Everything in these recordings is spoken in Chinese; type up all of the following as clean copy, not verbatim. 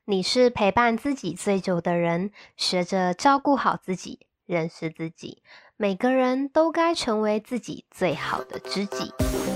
你是陪伴自己最久的人，学着照顾好自己，认识自己。每个人都该成为自己最好的知己。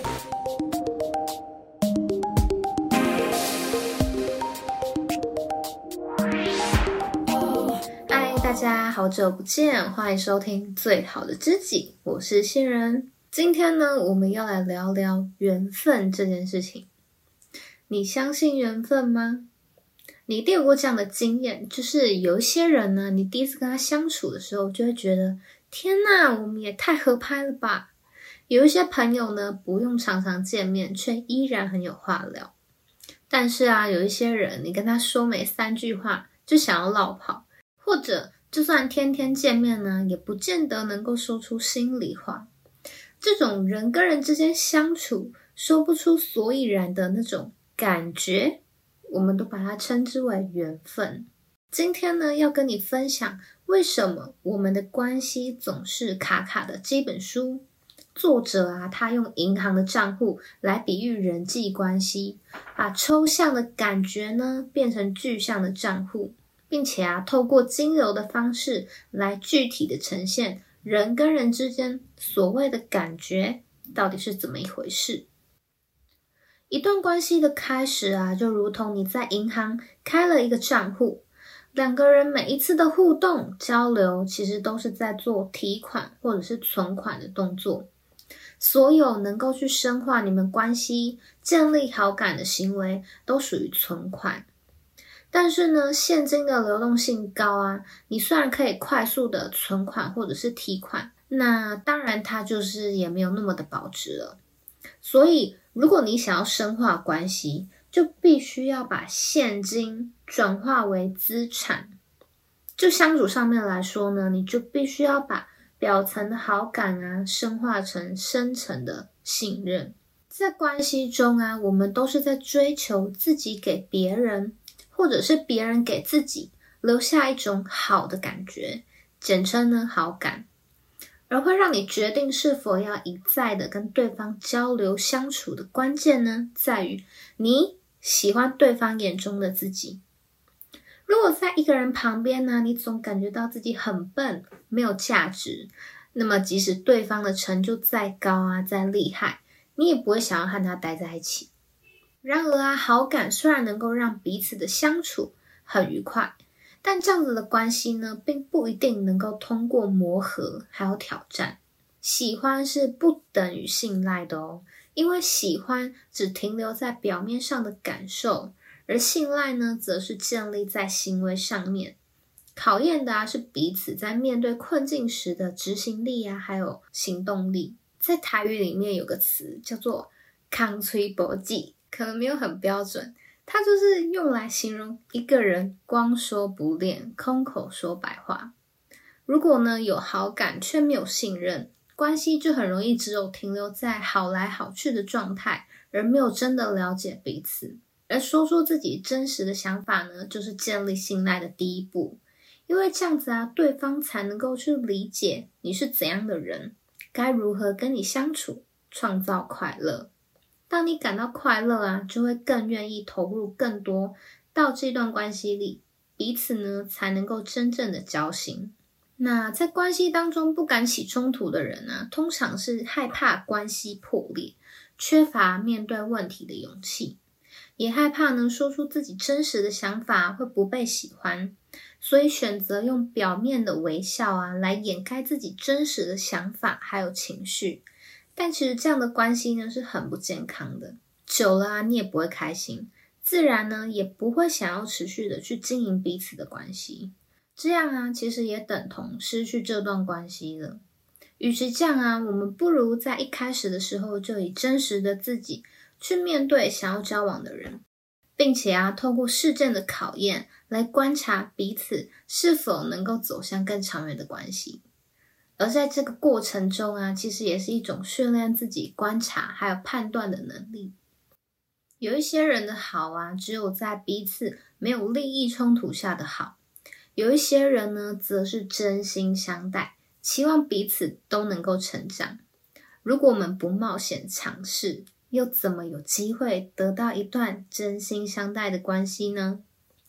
嗨，大家好久不见，欢迎收听最好的知己，我是新人。今天呢，我们要来聊聊缘分这件事情。你相信缘分吗？你一定有过这样的经验，就是有一些人呢，你第一次跟他相处的时候，就会觉得天哪，我们也太合拍了吧。有一些朋友呢，不用常常见面，却依然很有话聊。但是啊，有一些人，你跟他说没3句话，就想要落跑，或者就算天天见面呢，也不见得能够说出心里话。这种人跟人之间相处，说不出所以然的那种感觉，我们都把它称之为缘分。今天呢，要跟你分享为什么我们的关系总是卡卡的这本书。作者啊，他用银行的账户来比喻人际关系，把抽象的感觉呢变成具象的账户，并且啊，透过金流的方式来具体的呈现人跟人之间所谓的感觉到底是怎么一回事。一段关系的开始啊，就如同你在银行开了一个账户，两个人每一次的互动交流，其实都是在做提款或者是存款的动作。所有能够去深化你们关系、建立好感的行为，都属于存款。但是呢，现金的流动性高啊，你虽然可以快速的存款或者是提款，那当然它就是也没有那么的保值了。所以，如果你想要深化关系，就必须要把现金转化为资产。就相处上面来说呢，你就必须要把表层的好感啊，深化成深层的信任。在关系中啊，我们都是在追求自己给别人，或者是别人给自己留下一种好的感觉，简称呢好感。而会让你决定是否要一再的跟对方交流相处的关键呢，在于你喜欢对方眼中的自己。如果在一个人旁边呢，你总感觉到自己很笨，没有价值，那么即使对方的成就再高啊，再厉害，你也不会想要和他待在一起。然而啊，好感虽然能够让彼此的相处很愉快，但这样子的关系呢，并不一定能够通过磨合还有挑战。喜欢是不等于信赖的哦，因为喜欢只停留在表面上的感受，而信赖呢，则是建立在行为上面。考验的啊，是彼此在面对困境时的执行力啊，还有行动力。在台语里面有个词叫做空嘴无舌，可能没有很标准，它就是用来形容一个人光说不练，空口说白话。如果呢有好感却没有信任，关系就很容易只有停留在好来好去的状态，而没有真的了解彼此。而说出自己真实的想法呢，就是建立信赖的第一步。因为这样子啊，对方才能够去理解你是怎样的人，该如何跟你相处，创造快乐。当你感到快乐啊，就会更愿意投入更多到这段关系里，彼此呢才能够真正的交心。那在关系当中不敢起冲突的人啊，通常是害怕关系破裂，缺乏面对问题的勇气。也害怕呢说出自己真实的想法会不被喜欢，所以选择用表面的微笑啊来掩盖自己真实的想法还有情绪。但其实这样的关系呢是很不健康的，久了啊你也不会开心，自然呢也不会想要持续的去经营彼此的关系。这样啊其实也等同失去这段关系了。与其这样啊，我们不如在一开始的时候就以真实的自己去面对想要交往的人，并且啊，透过事件的考验来观察彼此是否能够走向更长远的关系。而在这个过程中啊，其实也是一种训练自己观察还有判断的能力。有一些人的好啊，只有在彼此没有利益冲突下的好；有一些人呢，则是真心相待，期望彼此都能够成长。如果我们不冒险尝试，又怎么有机会得到一段真心相待的关系呢？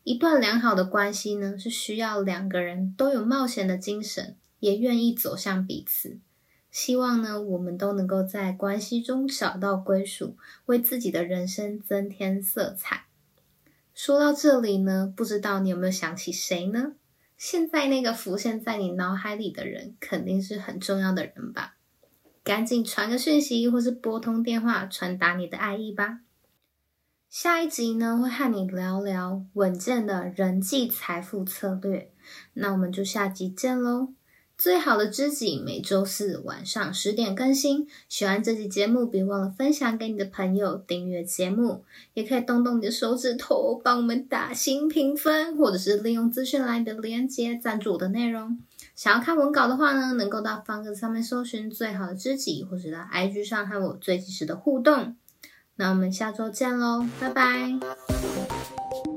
一段良好的关系呢，是需要两个人都有冒险的精神，也愿意走向彼此。希望呢，我们都能够在关系中找到归属，为自己的人生增添色彩。说到这里呢，不知道你有没有想起谁呢？现在那个浮现在你脑海里的人，肯定是很重要的人吧？赶紧传个讯息，或是拨通电话，传达你的爱意吧。下一集呢，会和你聊聊稳健的人际财富策略。那我们就下集见咯。最好的知己每周四晚上10点更新。喜欢这集节目，别忘了分享给你的朋友，订阅节目，也可以动动你的手指头，帮我们打新评分，或者是利用资讯栏的连结赞助我的内容。想要看文稿的话呢，能够到方格子上面搜寻最好的知己，或是到 IG 上和我最及时的互动。那我们下周见咯，拜拜。